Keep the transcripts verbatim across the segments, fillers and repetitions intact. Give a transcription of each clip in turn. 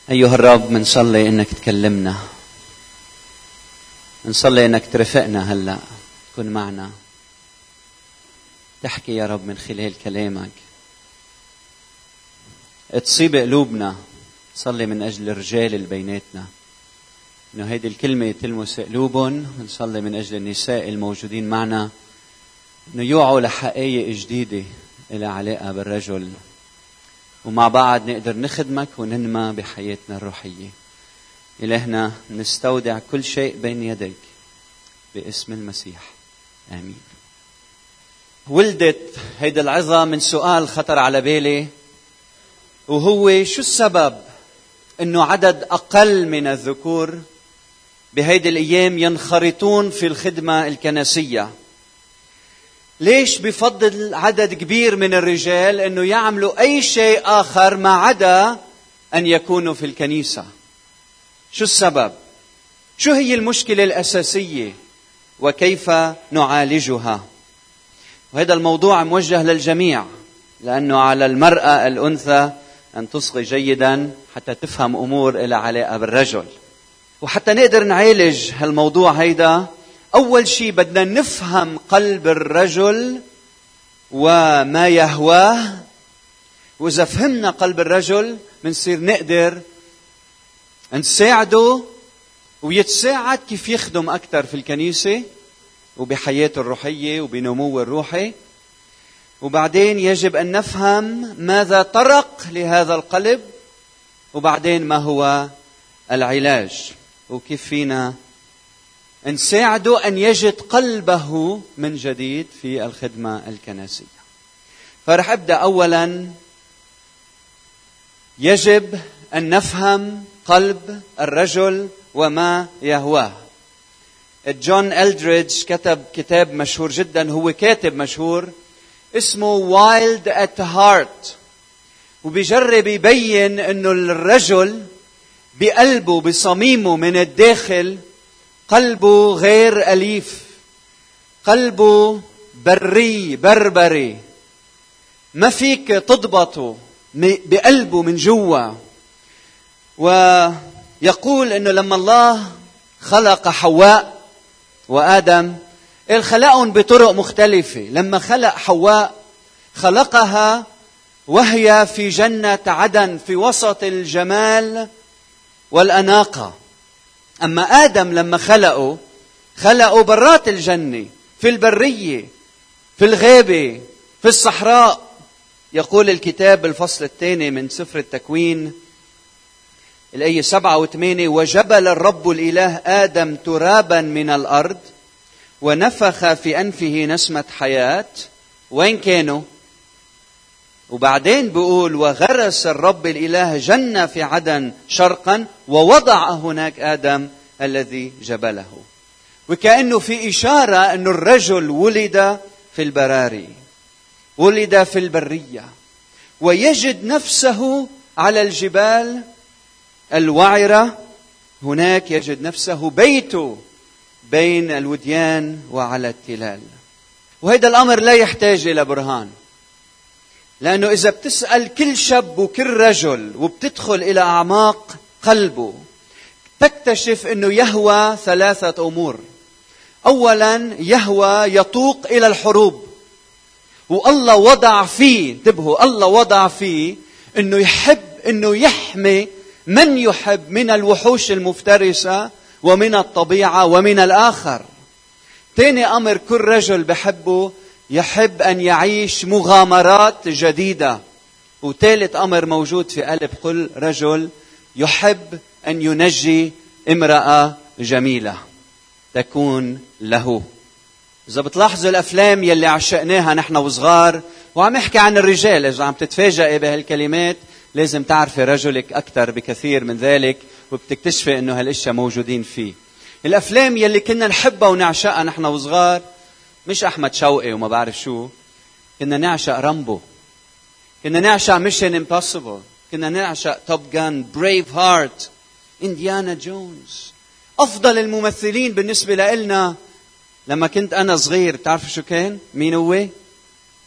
أيها الرب، منصلي إنك تكلمنا، منصلي إنك ترفقنا هلأ، تكون معنا، تحكي يا رب من خلال كلامك، تصيب قلوبنا. صلي من أجل الرجال اللي بيناتنا إنه هيدي الكلمة تلمس قلوبهم. نصلي من أجل النساء الموجودين معنا إنه يوعوا لحقائق جديدة إلى علاقة بالرجل، ومع بعض نقدر نخدمك وننمى بحياتنا الروحية. إلهنا نستودع كل شيء بين يديك باسم المسيح، آمين. ولدت هيدا العظة من سؤال خطر على بالي، وهو شو السبب إنه عدد أقل من الذكور بهيدي الأيام ينخرطون في الخدمة الكنسية؟ ليش بفضل عدد كبير من الرجال إنه يعملوا أي شيء آخر ما عدا أن يكونوا في الكنيسة؟ شو السبب؟ شو هي المشكلة الأساسية؟ وكيف نعالجها؟ وهذا الموضوع موجه للجميع، لأنه على المرأة الأنثى أن تصغي جيدا حتى تفهم أمور إلى علاقة بالرجل. وحتى نقدر نعالج هالموضوع هيدا، أول شيء بدنا نفهم قلب الرجل وما يهواه. وإذا فهمنا قلب الرجل منصير نقدر نساعده ويتساعد كيف يخدم أكثر في الكنيسة وبحياته الروحية وبنموه الروحي. وبعدين يجب أن نفهم ماذا طرق لهذا القلب، وبعدين ما هو العلاج، وكيف فينا نساعده أن يجد قلبه من جديد في الخدمة الكنسية. فرح أبدأ أولا، يجب أن نفهم قلب الرجل وما يهواه. جون إلدريدج كتب كتاب مشهور جدا، هو كاتب مشهور اسمه Wild at Heart، وبيجرب يبين انه الرجل بقلبه بصميمه من الداخل قلبه غير أليف، قلبه بري بربري، ما فيك تضبطه بقلبه من جوا. ويقول انه لما الله خلق حواء وآدم خلقهم بطرق مختلفة. لما خلق حواء خلقها وهي في جنة عدن في وسط الجمال والأناقة. أما آدم لما خلقه خلقه برات الجنة، في البرية، في الغابة، في الصحراء. يقول الكتاب الفصل الثاني من سفر التكوين الآية سبعة وثمانية: وجبل الرب الإله آدم ترابا من الأرض ونفخ في أنفه نسمة حياة. وين كانوا؟ وبعدين بيقول: وغرس الرب الإله جنة في عدن شرقا ووضع هناك آدم الذي جبله. وكأنه في إشارة أن الرجل ولد في البراري، ولد في البرية، ويجد نفسه على الجبال الوعرة. هناك يجد نفسه بيته بين الوديان وعلى التلال. وهذا الأمر لا يحتاج إلى برهان، لأنه إذا بتسأل كل شاب وكل رجل وبتدخل إلى أعماق قلبه تكتشف أنه يهوى ثلاثة أمور. أولا، يهوى يطوق إلى الحروب، والله وضع فيه، انتبهوا، الله وضع فيه أنه يحب أنه يحمي من يحب من الوحوش المفترسة ومن الطبيعة ومن الآخر. ثاني أمر كل رجل بحبه، يحب أن يعيش مغامرات جديدة. وثالث أمر موجود في قلب كل رجل، يحب أن ينجي امرأة جميلة تكون له. إذا بتلاحظوا الأفلام يلي عشقناها نحن وصغار، وعم يحكي عن الرجال، إذا عم تتفاجئ بهالكلمات لازم تعرفي رجلك أكثر بكثير من ذلك، وبتكتشفي أنه هالأشياء موجودين فيه. الأفلام يلي كنا نحبها ونعشقها نحن وصغار، مش أحمد شوقي وما بعرف شو، كنا نعشق رامبو، كنا نعشق ميشن امبوسيبل، كنا نعشق توب جان، بريف هارت، إنديانا جونز. أفضل الممثلين بالنسبة لنا لما كنت أنا صغير تعرفوا شو كان؟ مين هو؟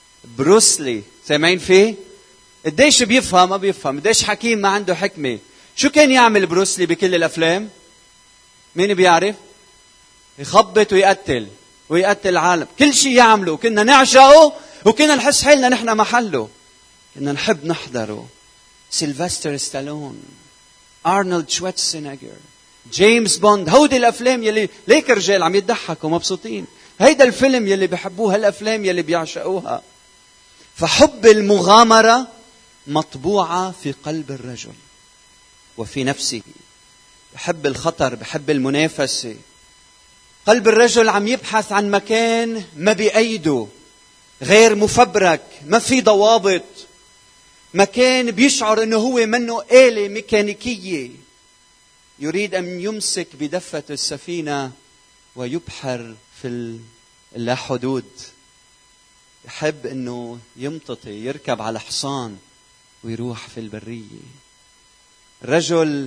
بروسلي. سامعين فيه؟ قديش بيفهم ما بيفهم، قديش حكيم ما عنده حكمة. شو كان يعمل بروسلي بكل الأفلام؟ مين بيعرف؟ يخبط ويقتل ويقتل العالم. كل شيء يعمله كنا نعشقه وكنا نحس حالنا نحن محله. كنا نحب نحضره. سيلفستر ستالون، أرنولد شوارزنيجر، جيمس بوند. هودي الأفلام يلي ليك رجال عم يضحكوا مبسوطين. هيدا الفيلم يلي بيحبوها، الأفلام يلي بيعشقوها. فحب المغامرة مطبوعة في قلب الرجل وفي نفسه. بحب الخطر، بحب المنافسة. قلب الرجل عم يبحث عن مكان ما بأيده، غير مفبرك، ما في ضوابط، مكان بيشعر انه هو منه آلة ميكانيكية. يريد ان يمسك بدفة السفينة ويبحر في اللا حدود. يحب انه يمتطي، يركب على حصان ويروح في البرية. الرجل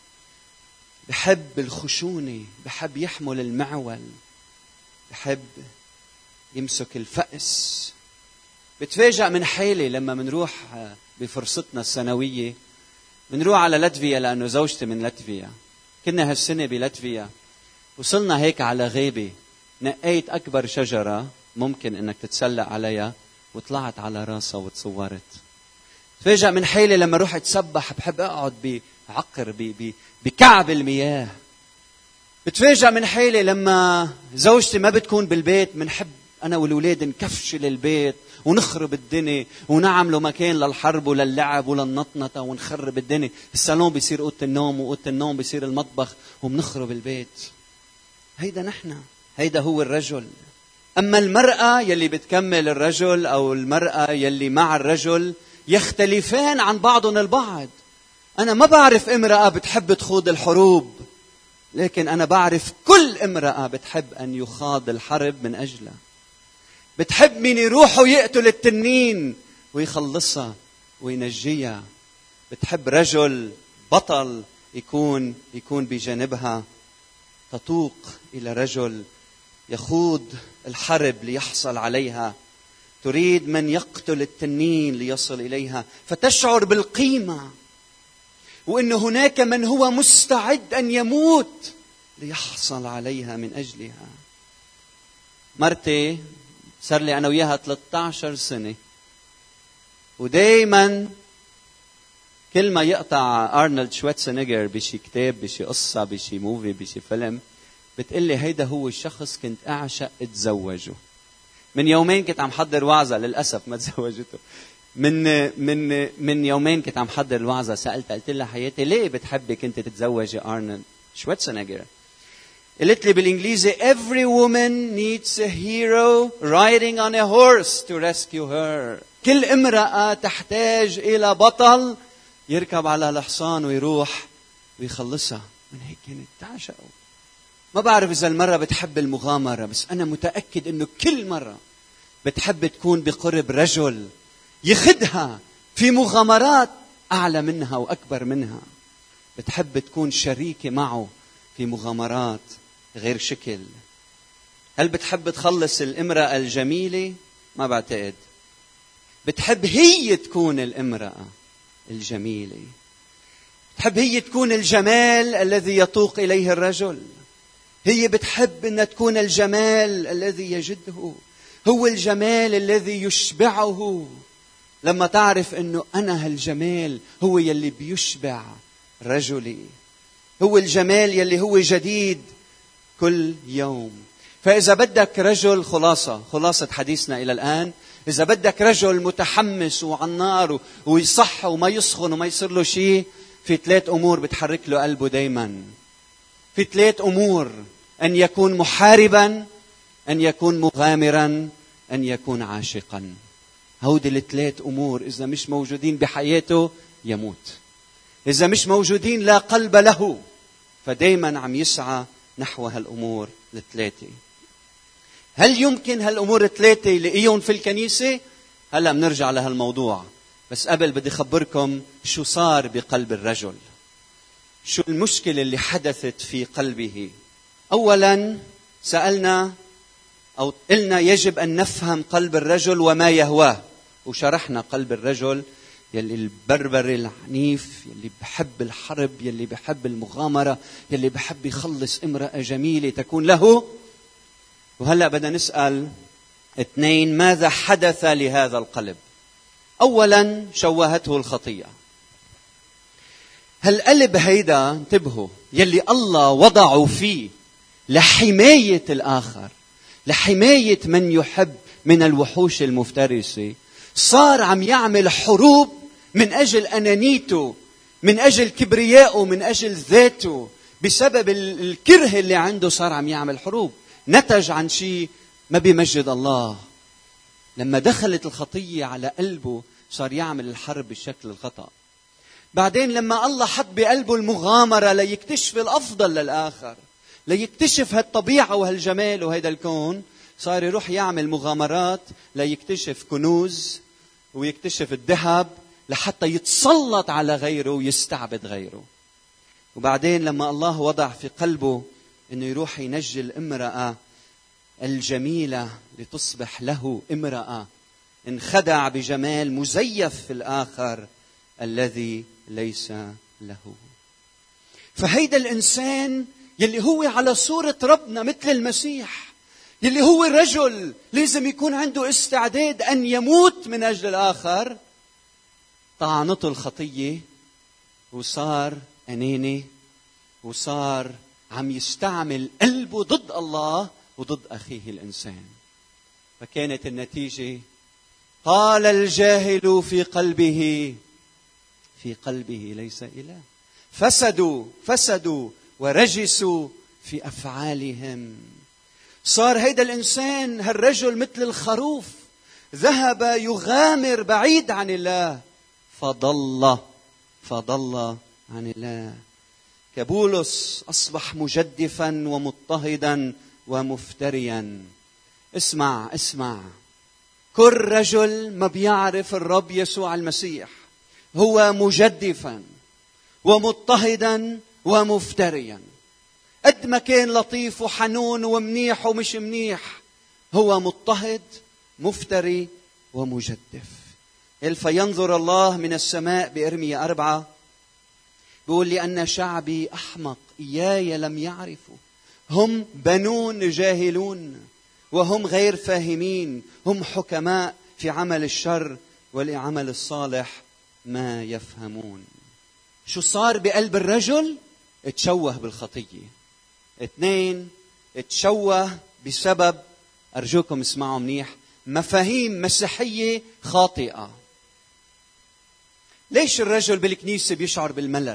بحب الخشونة، بحب يحمل المعول، بحب يمسك الفأس. بتفاجأ من حالي لما منروح بفرصتنا السنوية، منروح على لاتفيا لأنه زوجتي من لاتفيا. كنا هالسنة بلاتفيا، وصلنا هيك على غابة، نقيت أكبر شجرة ممكن إنك تتسلق عليها وطلعت على راسها وتصورت. تفاجأ من حالي لما روح أتسبح، بحب أقعد بعقر بكعب المياه. بتفاجأ من حالي لما زوجتي ما بتكون بالبيت، منحب أنا والولاد نكفشل البيت ونخرب الدنيا ونعمله مكان للحرب وللعب وللنطنطة ونخرب الدنيا. الصالون بيصير أوضة النوم وأوضة النوم بيصير المطبخ وبنخرب البيت. هيدا نحن، هيدا هو الرجل. أما المرأة يلي بتكمل الرجل أو المرأة يلي مع الرجل يختلفان عن بعضهم البعض. أنا ما بعرف امرأة بتحب تخوض الحروب، لكن أنا بعرف كل امرأة بتحب أن يخاض الحرب من أجلها. بتحب مين يروح ويقتل التنين ويخلصها وينجيها. بتحب رجل بطل يكون يكون بجانبها. تتوق إلى رجل يخوض الحرب ليحصل عليها. تريد من يقتل التنين ليصل إليها، فتشعر بالقيمة وإن هناك من هو مستعد أن يموت ليحصل عليها من أجلها. مرتي صار لي أنا وياها ثلاثة عشر سنة، ودايما كل ما يقطع أرنولد شوارزنيجر بشي كتاب، بشي قصة، بشي موفي، بشي فيلم، بتقلي هيدا هو الشخص كنت أعشق اتزوجه. من يومين كنت عم حضر وعظة، للأسف ما تزوجته. من من من يومين كنت عم حضر الوعظة، سألتها قلت لها حياتي ليه بتحبي كنت تتزوجي أرنولد شوارزنيجر؟ قلت لي بالإنجليزي every woman needs a hero riding on a horse to rescue her. كل امرأة تحتاج إلى بطل يركب على الحصان ويروح ويخلصها. من هيك كانت تعشقه. ما بعرف إذا المرة بتحب المغامرة، بس أنا متأكد إنه كل مرة بتحب تكون بقرب رجل يخدها في مغامرات أعلى منها وأكبر منها. بتحب تكون شريكة معه في مغامرات غير شكل. هل بتحب تخلص الامرأة الجميلة؟ ما بعتقد. بتحب هي تكون الامرأة الجميلة. بتحب هي تكون الجمال الذي يتوق إليه الرجل. هي بتحب أن تكون الجمال الذي يجده، هو الجمال الذي يشبعه. لما تعرف أنه أنا هالجمال هو يلي بيشبع رجلي، هو الجمال يلي هو جديد كل يوم. فإذا بدك رجل، خلاصة خلاصة حديثنا إلى الآن، إذا بدك رجل متحمس وعنار ويصح وما يسخن وما يصير له شيء، في ثلاث أمور بتحرك له قلبه دايما. في ثلاث أمور: أن يكون محاربا، أن يكون مغامرا، أن يكون عاشقا. هودي الثلاث أمور إذا مش موجودين بحياته يموت. إذا مش موجودين لا قلب له، فدايما عم يسعى نحو هالأمور الثلاثة. هل يمكن هالأمور الثلاثة يلاقيهم في الكنيسة؟ هلأ بنرجع لهالموضوع، بس قبل بدي خبركم شو صار بقلب الرجل، شو المشكلة اللي حدثت في قلبه. أولا سألنا أو قلنا يجب أن نفهم قلب الرجل وما يهواه، وشرحنا قلب الرجل يلي البربر العنيف، يلي بحب الحرب، يلي بحب المغامرة، يلي بحب يخلص امرأة جميلة تكون له. وهلأ بدنا نسأل اثنين، ماذا حدث لهذا القلب؟ أولا شوهته الخطيئة. هالقلب هيدا انتبهوا يلي الله وضعه فيه لحماية الآخر، لحماية من يحب من الوحوش المفترسة، صار عم يعمل حروب من أجل أنانيته، من أجل كبريائه، من أجل ذاته. بسبب الكره اللي عنده صار عم يعمل حروب، نتج عن شيء ما بيمجد الله. لما دخلت الخطية على قلبه صار يعمل الحرب بالشكل الخطأ. بعدين لما الله حط بقلبه المغامرة ليكتشف الأفضل للآخر، ليكتشف هالطبيعة وهالجمال وهيدا الكون، صار يروح يعمل مغامرات ليكتشف كنوز ويكتشف الذهب لحتى يتسلط على غيره ويستعبد غيره. وبعدين لما الله وضع في قلبه انه يروح ينجي الامرأة الجميلة لتصبح له امرأة، انخدع بجمال مزيف في الآخر الذي ليس له. فهيدا الإنسان يلي هو على صورة ربنا مثل المسيح، يلي هو الرجل لازم يكون عنده استعداد أن يموت من أجل الآخر، طعنته الخطية وصار أناني، وصار عم يستعمل قلبه ضد الله وضد أخيه الإنسان. فكانت النتيجة قال الجاهل في قلبه في قلبه ليس إله. فسدوا فسدوا ورجسوا في أفعالهم. صار هيدا الإنسان هالرجل مثل الخروف، ذهب يغامر بعيد عن الله فضل فضل عن الله. كبولس أصبح مجدفا ومضطهدا ومفتريا. اسمع اسمع، كل رجل ما بيعرف الرب يسوع المسيح هو مجدفا ومضطهدا ومفتريا. قد ما كان لطيف وحنون ومنيح ومش منيح، هو مضطهد مفتري ومجدف. فينظر الله من السماء بإرميا أربعة بيقول لأن شعبي أحمق إياي لم يعرفوا، هم بنون جاهلون وهم غير فاهمين، هم حكماء في عمل الشر ولعمل الصالح ما يفهمون. شو صار بقلب الرجل؟ اتشوه بالخطية. اثنين، اتشوه بسبب، أرجوكم اسمعوا منيح، مفاهيم مسيحية خاطئة. ليش الرجل بالكنيسة بيشعر بالملل؟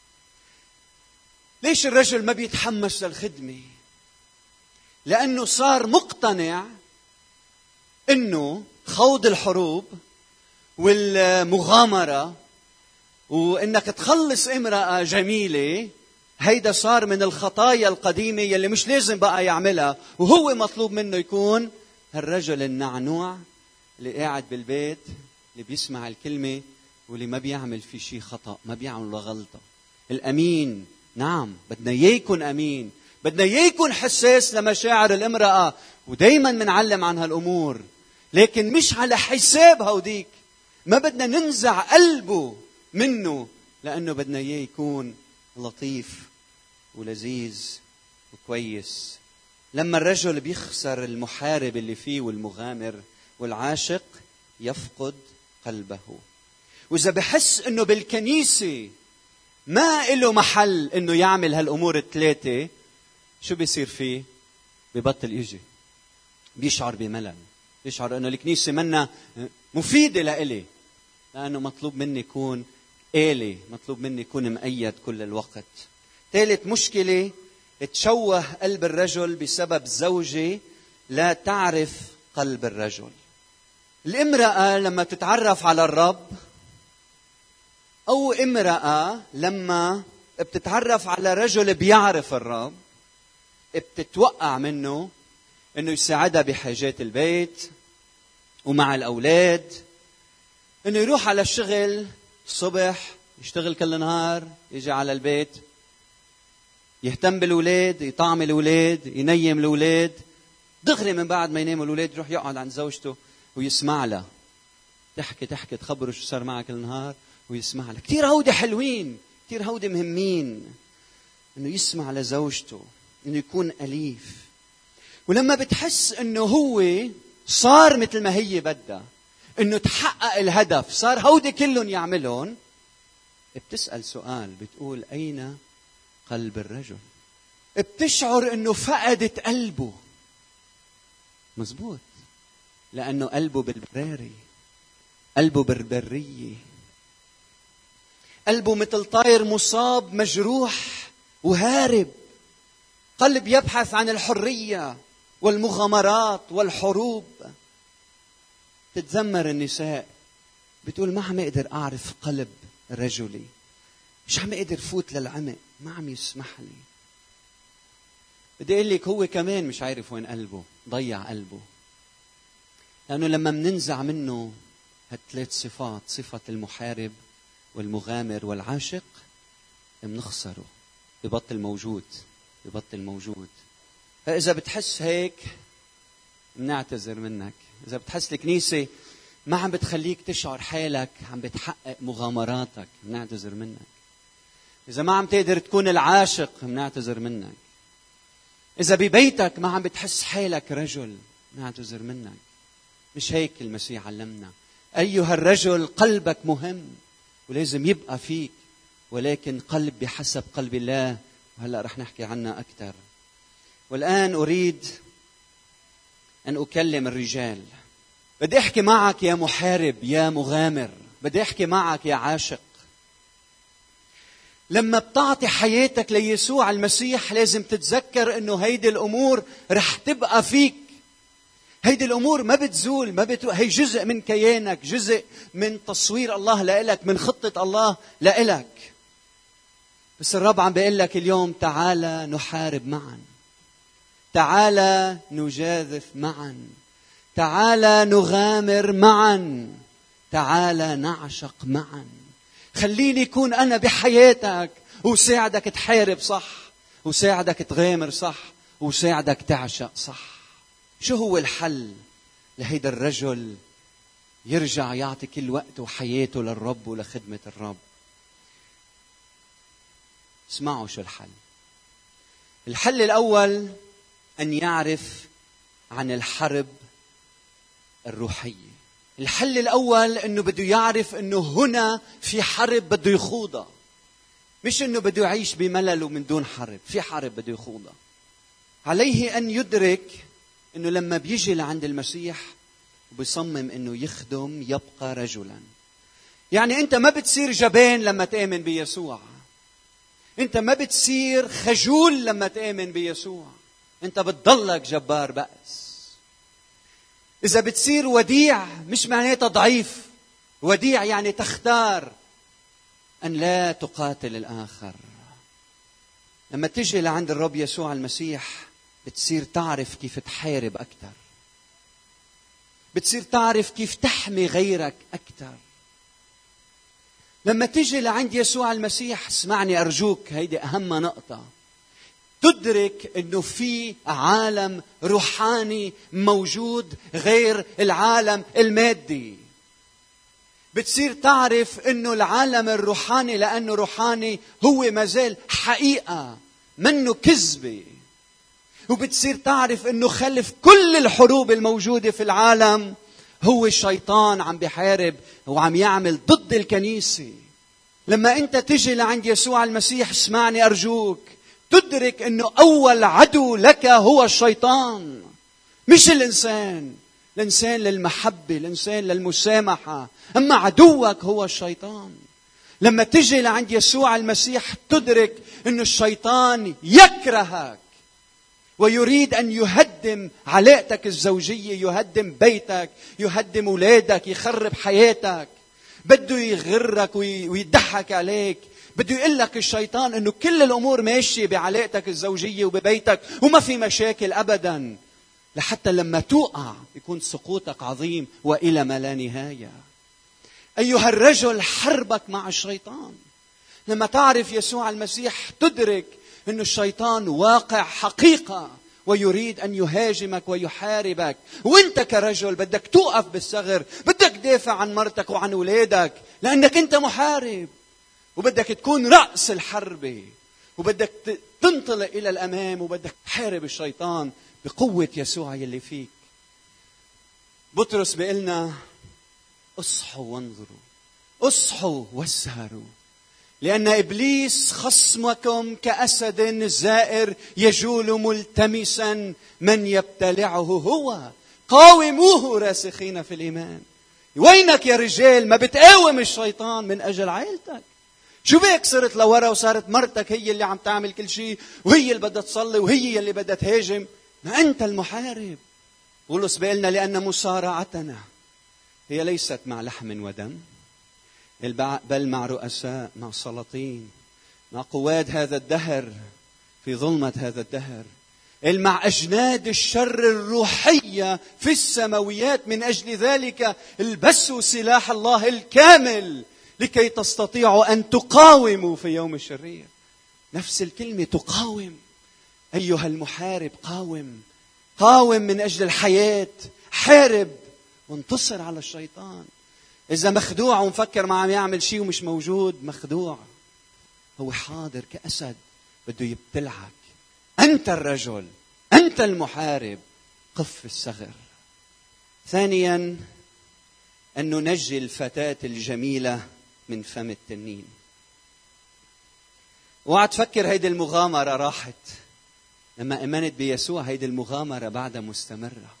ليش الرجل ما بيتحمس للخدمة؟ لأنه صار مقتنع أنه خوض الحروب والمغامرة وإنك تخلص امرأة جميلة، هيدا صار من الخطايا القديمة يلي مش لازم بقى يعملها. وهو مطلوب منه يكون هالرجل النعنوع اللي قاعد بالبيت، اللي بيسمع الكلمة واللي ما بيعمل في شيء خطأ، ما بيعمل غلطة. الأمين، نعم بدنا إياه يكون أمين، بدنا إياه يكون حساس لمشاعر الامرأة، ودايما منعلم عن هالأمور، لكن مش على حساب هوديك. ما بدنا ننزع قلبه منه، لأنه بدنا إياه يكون لطيف ولذيذ وكويس. لما الرجل بيخسر المحارب اللي فيه والمغامر والعاشق، يفقد قلبه. وإذا بحس إنه بالكنيسة ما إله محل إنه يعمل هالأمور الثلاثة، شو بيصير فيه؟ ببطل يجي، بيشعر بملل، بيشعر إنه الكنيسة منا مفيدة لإلي، لأنه مطلوب مني يكون آلي، مطلوب مني يكون مقيد كل الوقت. ثالث مشكلة، تشوه قلب الرجل بسبب زوجة لا تعرف قلب الرجل. الامرأة لما تتعرف على الرب، أو امرأة لما بتتعرف على رجل بيعرف الرب، بتتوقع منه انه يساعدها بحاجات البيت ومع الأولاد، انه يروح على الشغل الصبح يشتغل كل نهار، يجي على البيت يهتم بالأولاد، يطعم الأولاد، ينيم الأولاد، دغري من بعد ما يناموا الأولاد يروح يقعد عند زوجته ويسمع لها تحكي تحكي تخبره شو صار معك النهار ويسمع لك. كتير هودي حلوين، كتير هودي مهمين، انه يسمع لزوجته، انه يكون أليف. ولما بتحس انه هو صار مثل ما هي بدها، انه تحقق الهدف، صار هودي كلهم يعملون، بتسأل سؤال، بتقول أين قلب الرجل؟ بتشعر انه فقدت قلبه. مزبوط، لأنه قلبه بالبراري، قلبه بالبرية، قلبه مثل طائر مصاب مجروح وهارب، قلب يبحث عن الحرية والمغامرات والحروب. تتذمر النساء، بتقول ما عم اقدر اعرف قلب رجلي، مش عم اقدر فوت للعمق، ما عم يسمح لي. بدي اقول لك هو كمان مش عارف وين قلبه، ضيع قلبه. لانه لما مننزع منه هالثلاث صفات، صفة المحارب والمغامر والعاشق، منخسره، ببطل موجود، ببطل موجود. فإذا بتحس هيك منعتذر منك. إذا بتحس الكنيسة ما عم بتخليك تشعر حالك عم بتحقق مغامراتك، منعتذر منك. إذا ما عم تقدر تكون العاشق، منعتذر منك. إذا ببيتك ما عم بتحس حالك رجل، منعتذر منك. مش هيك المسيح علمنا. أيها الرجل قلبك مهم ولازم يبقى فيك، ولكن قلب بحسب قلب الله، وهلأ رح نحكي عنها أكثر. والآن أريد أن أكلم الرجال. بدي أحكي معك يا محارب، يا مغامر، بدي أحكي معك يا عاشق. لما بتعطي حياتك ليسوع المسيح لازم تتذكر أنه هيدي الأمور رح تبقى فيك. هيدي الأمور ما بتزول، ما بتروح، هي جزء من كيانك، جزء من تصوير الله لإلك، من خطة الله لإلك. بس الرب عم بيقول لك اليوم تعالى نحارب معا، تعالى نجازف معا، تعالى نغامر معا، تعالى نعشق معا. خليني يكون أنا بحياتك وساعدك تحارب صح، وساعدك تغامر صح، وساعدك تعشق صح. شو هو الحل لهيدا الرجل يرجع يعطي كل وقته وحياته للرب ولخدمة الرب؟ اسمعوا شو الحل. الحل الأول أن يعرف عن الحرب الروحية. الحل الأول أنه بده يعرف أنه هنا في حرب بده يخوضها، مش أنه بده يعيش بملل ومن دون حرب. في حرب بده يخوضها. عليه أن يدرك أنه لما بيجي لعند المسيح وبيصمم أنه يخدم يبقى رجلا. يعني أنت ما بتصير جبان لما تآمن بيسوع، أنت ما بتصير خجول لما تآمن بيسوع، أنت بتضلك جبار بأس. إذا بتصير وديع مش معناته ضعيف، وديع يعني تختار أن لا تقاتل الآخر. لما تجي لعند الرب يسوع المسيح بتصير تعرف كيف تحارب أكثر، بتصير تعرف كيف تحمي غيرك أكثر. لما تجي لعند يسوع المسيح، اسمعني أرجوك، هيدي أهم نقطة، تدرك أنه في عالم روحاني موجود غير العالم المادي. بتصير تعرف أنه العالم الروحاني لأنه روحاني هو مازال حقيقة منه كذبة. وبتصير تعرف أنه خلف كل الحروب الموجودة في العالم هو الشيطان عم بيحارب وعم يعمل ضد الكنيسة. لما أنت تجي لعند يسوع المسيح، اسمعني أرجوك، تدرك أنه أول عدو لك هو الشيطان، مش الإنسان. الإنسان للمحبة، الإنسان للمسامحة، أما عدوك هو الشيطان. لما تجي لعند يسوع المسيح تدرك أنه الشيطان يكرهك ويريد أن يهدم علاقتك الزوجية، يهدم بيتك، يهدم أولادك، يخرب حياتك، بده يغرك ويضحك عليك. بده يقول لك الشيطان أنه كل الأمور ماشية بعلاقتك الزوجية وببيتك وما في مشاكل أبدا، لحتى لما توقع يكون سقوطك عظيم وإلى ما لا نهاية. أيها الرجل، حربك مع الشيطان. لما تعرف يسوع المسيح تدرك أن الشيطان واقع حقيقة ويريد أن يهاجمك ويحاربك، وانت كرجل بدك توقف بالثغر، بدك تدافع عن مرتك وعن أولادك، لأنك انت محارب، وبدك تكون رأس الحرب، وبدك تنطلق إلى الأمام، وبدك تحارب الشيطان بقوة يسوع يلي فيك. بطرس بيقلنا اصحوا وانظروا، اصحوا واسهروا، لأن إبليس خصمكم كأسد زائر يجول ملتمسا من يبتلعه هو، قاوموه راسخين في الإيمان. وينك يا رجال ما بتقاوم الشيطان من أجل عائلتك؟ شو بيك صرت لورا وصارت مرتك هي اللي عم تعمل كل شيء، وهي اللي بدها تصلي، وهي اللي بدها تهاجم؟ ما أنت المحارب. بولس بيقلنا لأن مصارعتنا هي ليست مع لحم ودم، بل مع رؤساء، مع سلاطين، مع قواد هذا الدهر في ظلمة هذا الدهر، مع أجناد الشر الروحية في السماويات. من أجل ذلك البسوا سلاح الله الكامل لكي تستطيعوا أن تقاوموا في يوم الشرير. نفس الكلمة تقاوم. أيها المحارب قاوم، قاوم من أجل الحياة، حارب وانتصر على الشيطان. إذا مخدوع ومفكر ما عم يعمل شيء ومش موجود، مخدوع، هو حاضر كأسد بده يبتلعك. أنت الرجل، أنت المحارب، قف في الثغر. ثانيا، أن ننجي الفتاة الجميلة من فم التنين. اوعى تفكر هيدي المغامرة راحت لما آمنت بيسوع. هيدي المغامرة بعدها مستمرة.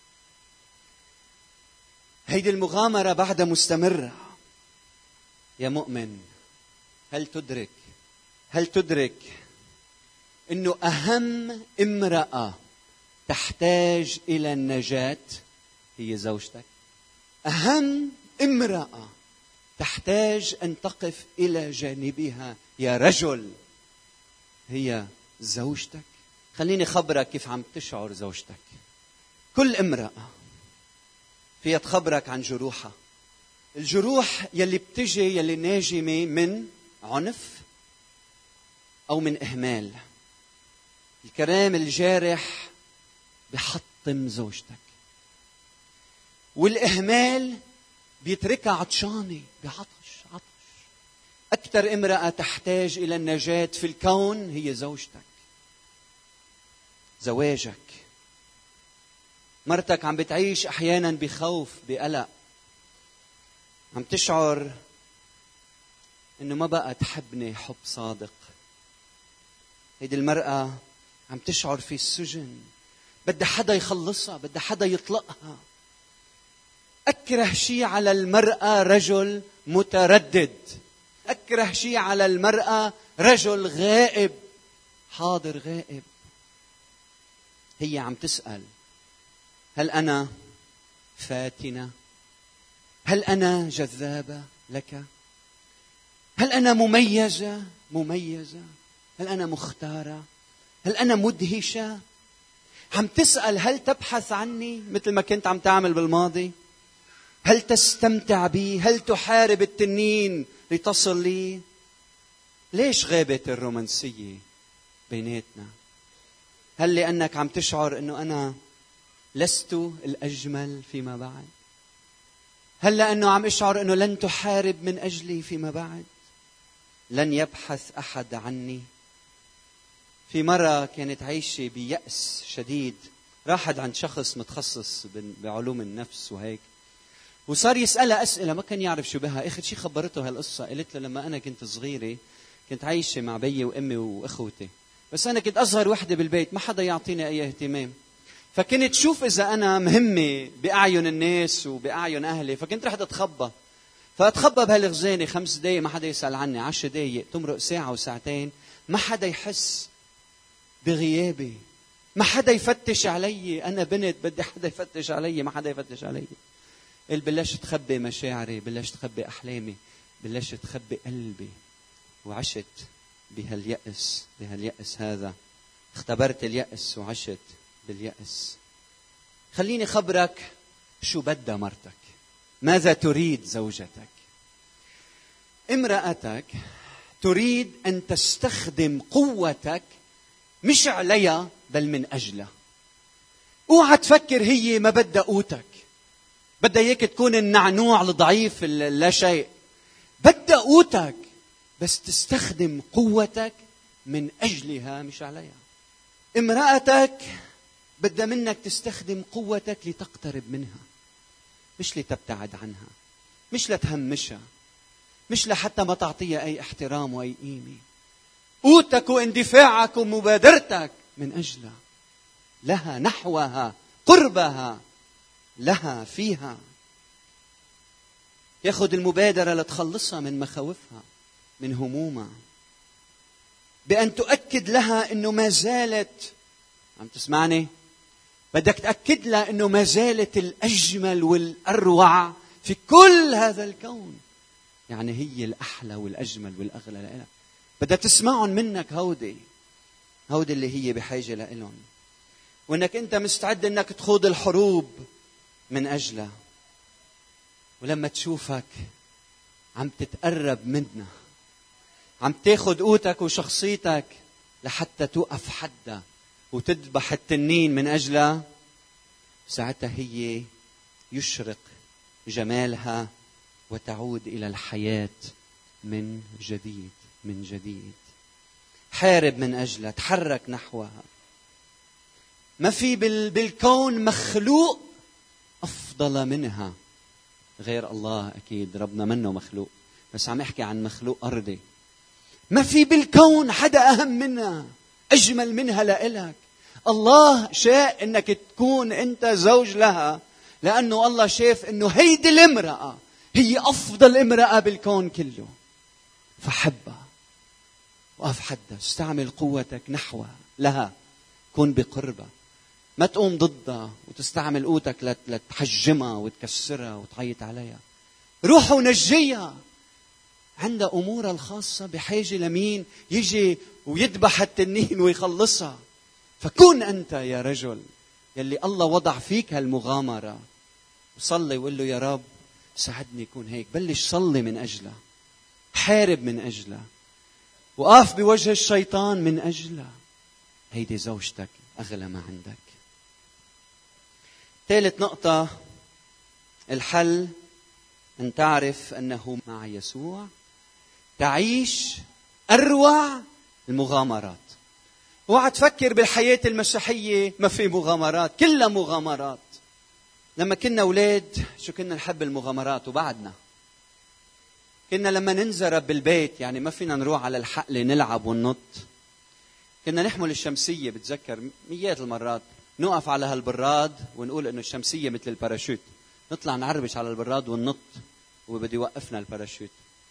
هيدي المغامرة بعدها مستمرة. يا مؤمن، هل تدرك هل تدرك إنه أهم امرأة تحتاج إلى النجاة هي زوجتك؟ أهم امرأة تحتاج أن تقف إلى جانبها يا رجل هي زوجتك. خليني خبرك كيف عم تشعر زوجتك. كل امرأة فيها تخبرك عن جروحها. الجروح يلي بتجي يلي ناجمة من عنف أو من إهمال. الكلام الجارح بحطم زوجتك، والإهمال بيتركها عطشانة بعطش عطش. أكثر امرأة تحتاج إلى النجاة في الكون هي زوجتك، زواجك. مرتك عم بتعيش أحيانا بخوف، بقلق، عم تشعر إنه ما بقى تحبني حب صادق. هيدي المرأة عم تشعر في السجن، بدها حدا يخلصها، بدها حدا يطلقها. أكره شيء على المرأة رجل متردد. أكره شيء على المرأة رجل غائب، حاضر غائب. هي عم تسأل: هل أنا فاتنة؟ هل أنا جذابة لك؟ هل أنا مميزة مميزة؟ هل أنا مختارة؟ هل أنا مدهشة؟ عم تسأل: هل تبحث عني مثل ما كنت عم تعمل بالماضي؟ هل تستمتع بي؟ هل تحارب التنين لتصل لي؟ ليش غابت الرومانسية بيناتنا؟ هل لأنك عم تشعر أنه أنا لست الأجمل فيما بعد؟ هل لأنه عم أشعر أنه لن تحارب من أجلي فيما بعد؟ لن يبحث أحد عني؟ في مرة كانت عايشة بيأس شديد، راحت عند شخص متخصص بعلوم النفس وهيك، وصار يسألها أسئلة ما كان يعرف شو بها. آخر شيء خبرته هالقصة، قالت له: لما أنا كنت صغيرة كنت عايشة مع بيي وأمي وأخوتي، بس أنا كنت أصغر وحدة بالبيت، ما حدا يعطيني أي اهتمام، فكنت شوف إذا أنا مهمة بأعين الناس وبأعين أهلي، فكنت رح أتخبى. فأتخبى بهالغزانة خمس دقايق ما حدا يسأل عني، عشر دقايق، تمرق ساعة وساعتين ما حدا يحس بغيابي، ما حدا يفتش علي. أنا بنت بدي حدا يفتش علي، ما حدا يفتش علي. قل بلشت تخبي مشاعري، بلشت تخبي أحلامي، بلشت تخبي قلبي، وعشت بهاليأس بهاليأس هذا. اختبرت اليأس وعشت باليأس. خليني خبرك شو بدها مرتك، ماذا تريد زوجتك. امرأتك تريد أن تستخدم قوتك مش عليها بل من أجلها. اوعى تفكر هي ما بدها قوتك، بدها اياك تكون النعنوع الضعيف لا شيء. بدها قوتك بس تستخدم قوتك من أجلها مش عليها. امرأتك بدها منك تستخدم قوتك لتقترب منها، مش لتبتعد عنها، مش لتهمشها، مش لحتى ما تعطيها أي احترام وأي قيمة. قوتك واندفاعك ومبادرتك من أجلها، لها، نحوها، قربها، لها، فيها. ياخذ المبادرة لتخلصها من مخاوفها، من همومها، بأن تؤكد لها أنه ما زالت، عم تسمعني؟ بدك تأكد لها أنه ما زالت الأجمل والأروع في كل هذا الكون. يعني هي الأحلى والأجمل والأغلى لها. بدها تسمعهم منك هودي هودي اللي هي بحاجة لهم، وأنك أنت مستعد أنك تخوض الحروب من أجلها. ولما تشوفك عم تتقرب منها، عم تاخد قوتك وشخصيتك لحتى توقف حدها وتذبح التنين من أجلها، ساعتها هي يشرق جمالها وتعود إلى الحياة من جديد من جديد. حارب من أجلها، تحرك نحوها. ما في بالكون مخلوق أفضل منها غير الله. أكيد ربنا منه مخلوق، بس عم أحكي عن مخلوق أرضي. ما في بالكون حدا أهم منها، أجمل منها لإلك. الله شاء أنك تكون أنت زوج لها، لأنه الله شاف أنه هيدي الامرأة هي أفضل امرأة بالكون كله، فحبها. وقف حدها، استعمل قوتك نحوها، لها، كن بقربها. ما تقوم ضدها وتستعمل قوتك لتحجمها وتكسرها وتعيط عليها. روح ونجيها. عندها أمورها الخاصة بحاجة لمين يجي ويذبح التنين ويخلصها. فكون أنت يا رجل يلي الله وضع فيك هالمغامرة، وصلي وقل له يا رب ساعدني يكون هيك. بلش صلي من أجلها، حارب من أجلها، وقف بوجه الشيطان من أجلها. هيدي زوجتك أغلى ما عندك. ثالث نقطة، الحل أن تعرف أنه مع يسوع تعيش أروع المغامرات. اوعى تفكر بالحياة المسيحية ما في مغامرات، كلها مغامرات. لما كنا أولاد شو كنا نحب المغامرات، وبعدنا كنا لما ننزرب بالبيت، يعني ما فينا نروح على الحقل نلعب وننط، كنا نحمل الشمسية. بتذكر مئات المرات نقف على هالبراد ونقول إنه الشمسية مثل الباراشوت، نطلع نعربش على البراد وننط وبده يوقفنا الباراشوت.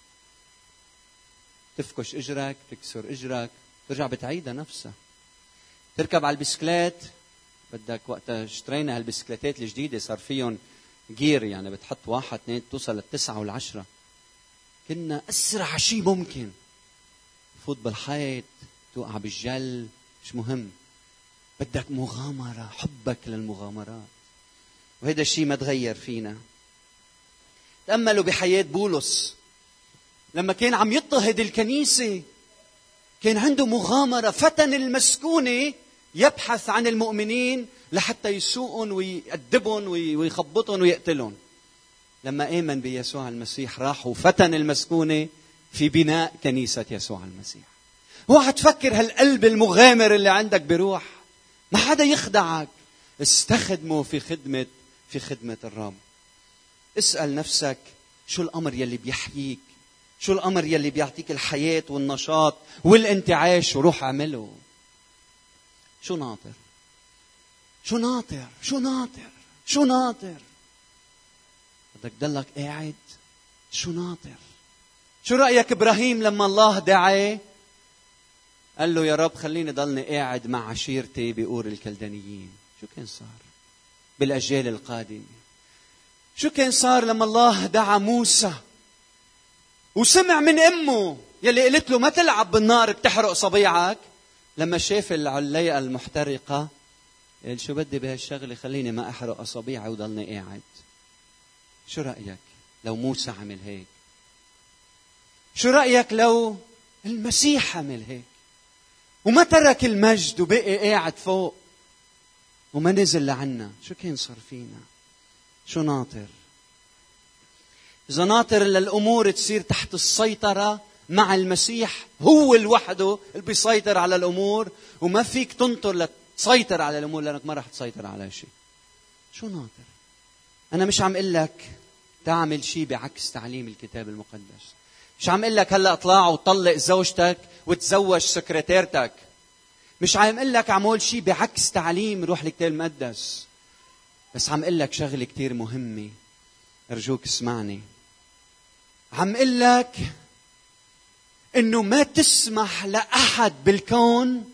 تفكش اجرك، تكسر اجرك، ترجع بتعيدها نفسها. تركب على البسكليت، بدك وقتها اشترينا هالبسكليتات الجديدة صار فيهم جير، يعني بتحط واحد اثنين توصل للتسعة والعشرة. كنا أسرع شيء ممكن، فوت بالحيط، توقع بالجل، مش مهم. بدك مغامرة، حبك للمغامرات، وهذا الشيء ما تغير فينا. تأملوا بحياة بولس لما كان عم يضطهد الكنيسة، كان عنده مغامرة. فتن المسكونة يبحث عن المؤمنين لحتى يسوقهم ويأدبهم ويخبطهم ويقتلهم. لما آمن بيسوع المسيح راح وفتن المسكونة في بناء كنيسة يسوع المسيح. اوعى تفكر هالقلب المغامر اللي عندك بروح، ما حدا يخدعك. استخدمه في خدمة في خدمة الرب. اسأل نفسك شو الأمر يلي بيحييك، شو الأمر يلي بيعطيك الحياة والنشاط والانتعاش، وروح اعمله. شو ناطر شو ناطر شو ناطر شو ناطر بدك ضلك قاعد؟ شو ناطر؟ شو رأيك إبراهيم لما الله دعاه قال له يا رب خليني ضلني قاعد مع عشيرتي بأور الكلدانيين؟ شو كان صار بالأجيال القادمة؟ شو كان صار لما الله دعا موسى وسمع من أمه يلي قلت له ما تلعب بالنار بتحرق صبيعك؟ لما شاف العليقة المحترقة قال شو بدي بهالشغلة، خليني ما أحرق أصابيعي وضلني قاعد. شو رأيك لو موسى عمل هيك؟ شو رأيك لو المسيح عمل هيك؟ وما ترك المجد وبقي قاعد فوق وما نزل لعنا. شو كان صار فينا؟ شو ناطر؟ إذا ناطر للأمور تصير تحت السيطرة مع المسيح، هو لوحده اللي بيسيطر على الأمور، وما فيك تنطر لتسيطر على الأمور لأنك ما رح تسيطر على شيء. شو ناطر؟ أنا مش عم قل لك تعمل شيء بعكس تعليم الكتاب المقدس. مش عم قل لك هلأ اطلع وطلق زوجتك وتزوج سكرتيرتك. مش عم قل لك عمول شيء بعكس تعليم روح الكتاب المقدس. بس عم قل لك شغلة كتير مهمة، أرجوك اسمعني. عم قل لك إنه ما تسمح لأحد بالكون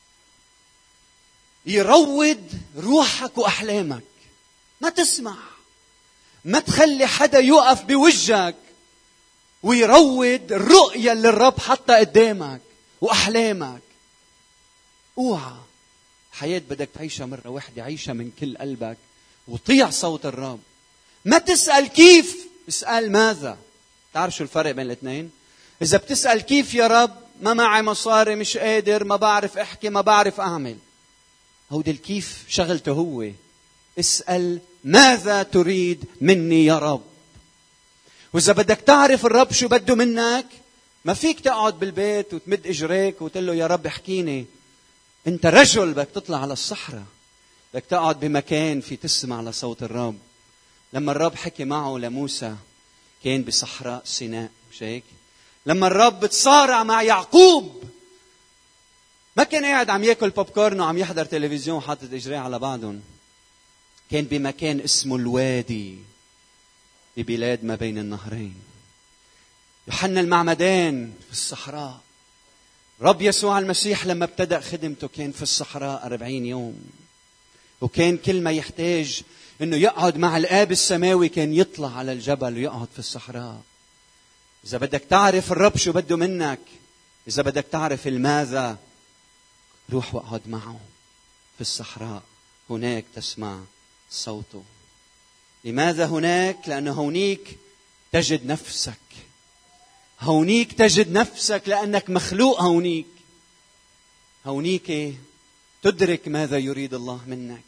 يروض روحك وأحلامك. ما تسمح. ما تخلي حدا يقف بوجهك ويروض الرؤية اللي الرب حطها قدامك وأحلامك. اوعى. حياة بدك تعيشها مرة واحدة، عيشها من كل قلبك وطيع صوت الرب. ما تسأل كيف، اسأل ماذا. تعرف شو الفرق بين الاثنين؟ إذا بتسأل كيف يا رب، ما معي مصاري، مش قادر، ما بعرف احكي، ما بعرف أعمل. هودي الكيف شغلته هو. اسأل ماذا تريد مني يا رب. وإذا بدك تعرف الرب شو بده منك، ما فيك تقعد بالبيت وتمد إجريك وتقول له يا رب احكيني. أنت رجل، بدك تطلع على الصحراء، بدك تقعد بمكان في تسمع لصوت الرب. لما الرب حكي معه لموسى كان بصحراء سيناء، مش هيك؟ لما الرب تصارع مع يعقوب ما كان قاعد عم ياكل بوب كورن وعم يحضر تلفزيون حاطط اجريه على بعضهم. كان بمكان اسمه الوادي ببلاد ما بين النهرين. يوحنا المعمدان في الصحراء. رب يسوع المسيح لما ابتدأ خدمته كان في الصحراء أربعين يوم، وكان كل ما يحتاج انه يقعد مع الآب السماوي كان يطلع على الجبل ويقعد في الصحراء. إذا بدك تعرف الرب شو بده منك، إذا بدك تعرف الماذا، روح واقعد معه في الصحراء، هناك تسمع صوته. لماذا هناك؟ لأنه هونيك تجد نفسك. هونيك تجد نفسك لأنك مخلوق هونيك. هونيك تدرك ماذا يريد الله منك.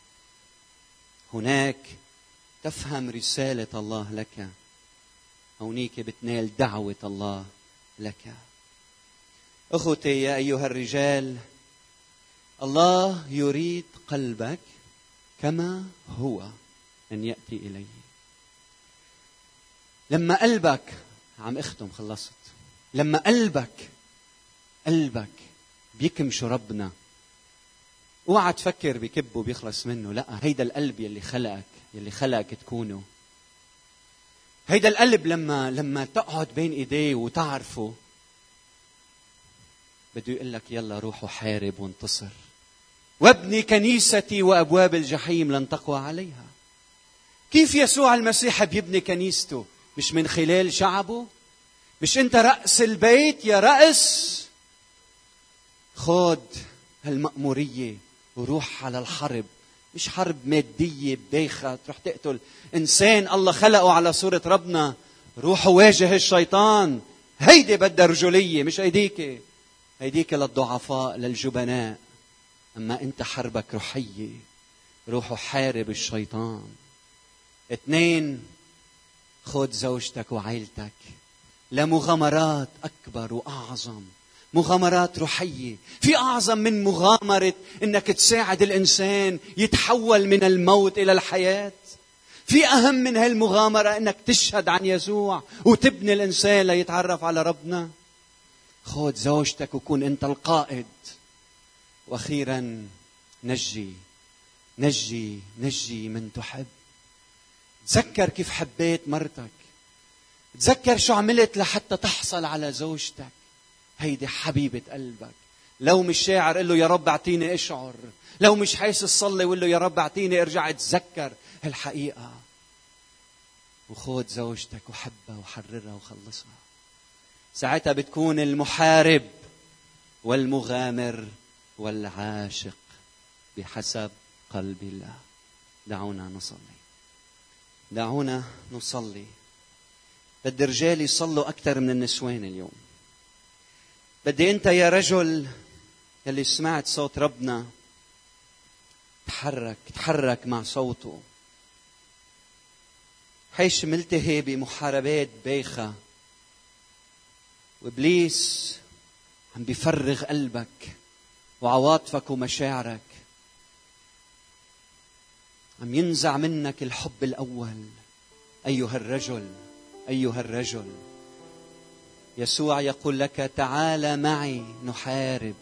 هناك تفهم رسالة الله لك. هونيك بتنال دعوة الله لك. أخوتي يا أيها الرجال، الله يريد قلبك كما هو أن يأتي إليه. لما قلبك، عم اختم خلصت، لما قلبك قلبك بيكمش ربنا، اوعى تفكر بكب وبيخلص منه. لا، هيدا القلب يلي خلقك، يلي خلقك تكونه. هيدا القلب لما لما تقعد بين ايديه وتعرفه بده يقول لك يلا روح وحارب وانتصر. وابني كنيستي وابواب الجحيم لن تقوى عليها. كيف يسوع المسيح بيبني كنيسته؟ مش من خلال شعبه؟ مش انت رأس البيت يا رأس؟ خد هالمأمورية وروح على الحرب. مش حرب مادية بايخة تروح تقتل إنسان الله خلقه على صورة ربنا. روح واجه الشيطان. هيدي بدها رجولية، مش هيديك. هيديك للضعفاء للجبناء. أما أنت حربك روحية. روح حارب الشيطان. اثنين، خد زوجتك وعائلتك لمغامرات أكبر وأعظم. مغامرات روحية. في أعظم من مغامرة إنك تساعد الإنسان يتحول من الموت إلى الحياة. في أهم من هالمغامرة إنك تشهد عن يسوع وتبني الإنسان ليتعرف على ربنا. خد زوجتك وكون أنت القائد. وأخيرا نجي نجي نجي من تحب. تذكر كيف حبيت مرتك. تذكر شو عملت لحتى تحصل على زوجتك. هيدي حبيبة قلبك. لو مش شاعر قل له يا رب اعطيني اشعر. لو مش حاسس صلي وقل له يا رب اعطيني ارجع اتذكر هالحقيقة. وخد زوجتك وحبها وحررها وخلصها. ساعتها بتكون المحارب والمغامر والعاشق بحسب قلب الله. دعونا نصلي. دعونا نصلي. بدي الرجال يصلوا أكثر من النسوان اليوم. بدي أنت يا رجل يلي سمعت صوت ربنا تحرك تحرك مع صوته. حيش ملتهي بمحاربات بايخة، وإبليس عم بيفرغ قلبك وعواطفك ومشاعرك، عم ينزع منك الحب الأول. أيها الرجل، أيها الرجل، يسوع يقول لك تعال معي نحارب،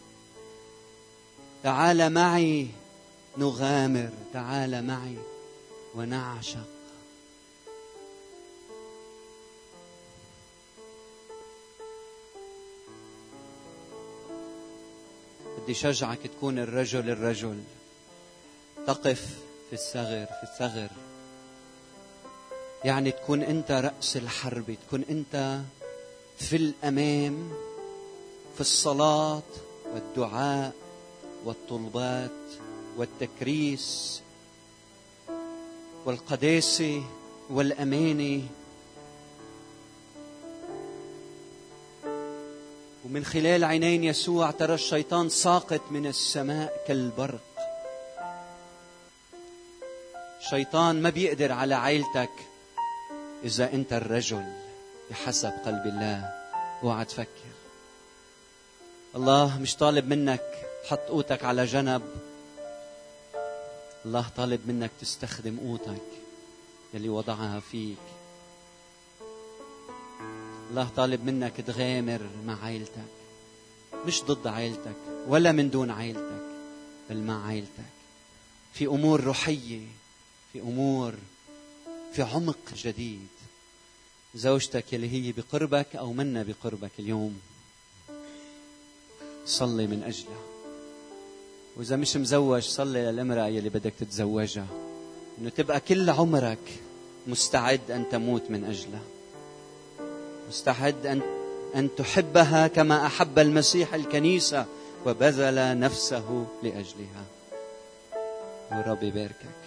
تعال معي نغامر، تعال معي ونعشق. بدي شجعك تكون الرجل الرجل، تقف في الثغر في الثغر، يعني تكون أنت رأس الحرب، تكون أنت في الأمام في الصلاة والدعاء والطلبات والتكريس والقداسة والأمانة. ومن خلال عينين يسوع ترى الشيطان ساقط من السماء كالبرق. الشيطان ما بيقدر على عائلتك إذا أنت الرجل بحسب قلب الله. اوعى تفكر، الله مش طالب منك تحط قوتك على جنب، الله طالب منك تستخدم قوتك يلي وضعها فيك. الله طالب منك تغامر مع عائلتك، مش ضد عائلتك ولا من دون عائلتك، بل مع عائلتك في أمور روحية، في أمور في عمق جديد. زوجتك يلي هي بقربك أو منا بقربك اليوم، صلي من أجلها. وإذا مش مزوج صلي للامرأة يلي بدك تتزوجها، إنه تبقى كل عمرك مستعد أن تموت من أجلها، مستعد أن أن تحبها كما أحب المسيح الكنيسة وبذل نفسه لأجلها. والرب يباركك.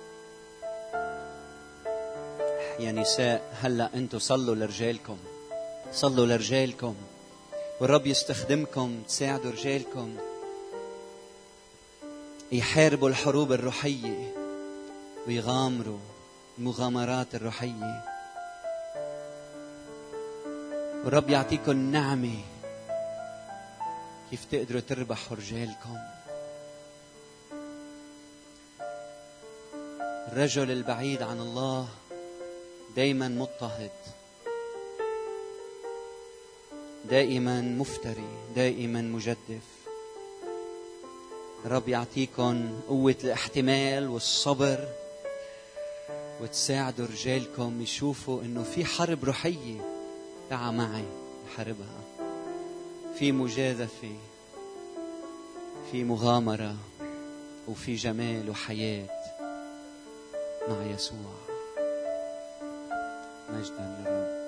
يا نساء هلأ أنتوا صلوا لرجالكم، صلوا لرجالكم، والرب يستخدمكم تساعدوا رجالكم يحاربوا الحروب الروحية ويغامروا المغامرات الروحية. والرب يعطيكم النعمة كيف تقدروا تربحوا رجالكم. الرجل البعيد عن الله دائما مضطهد، دائما مفتري، دائما مجدف. الرب يعطيكم قوة الاحتمال والصبر، وتساعدوا رجالكم يشوفوا انه في حرب روحية تعا معي نحاربها، في مجازفة، في مغامرة، وفي جمال وحياة مع يسوع. مجدا للرب.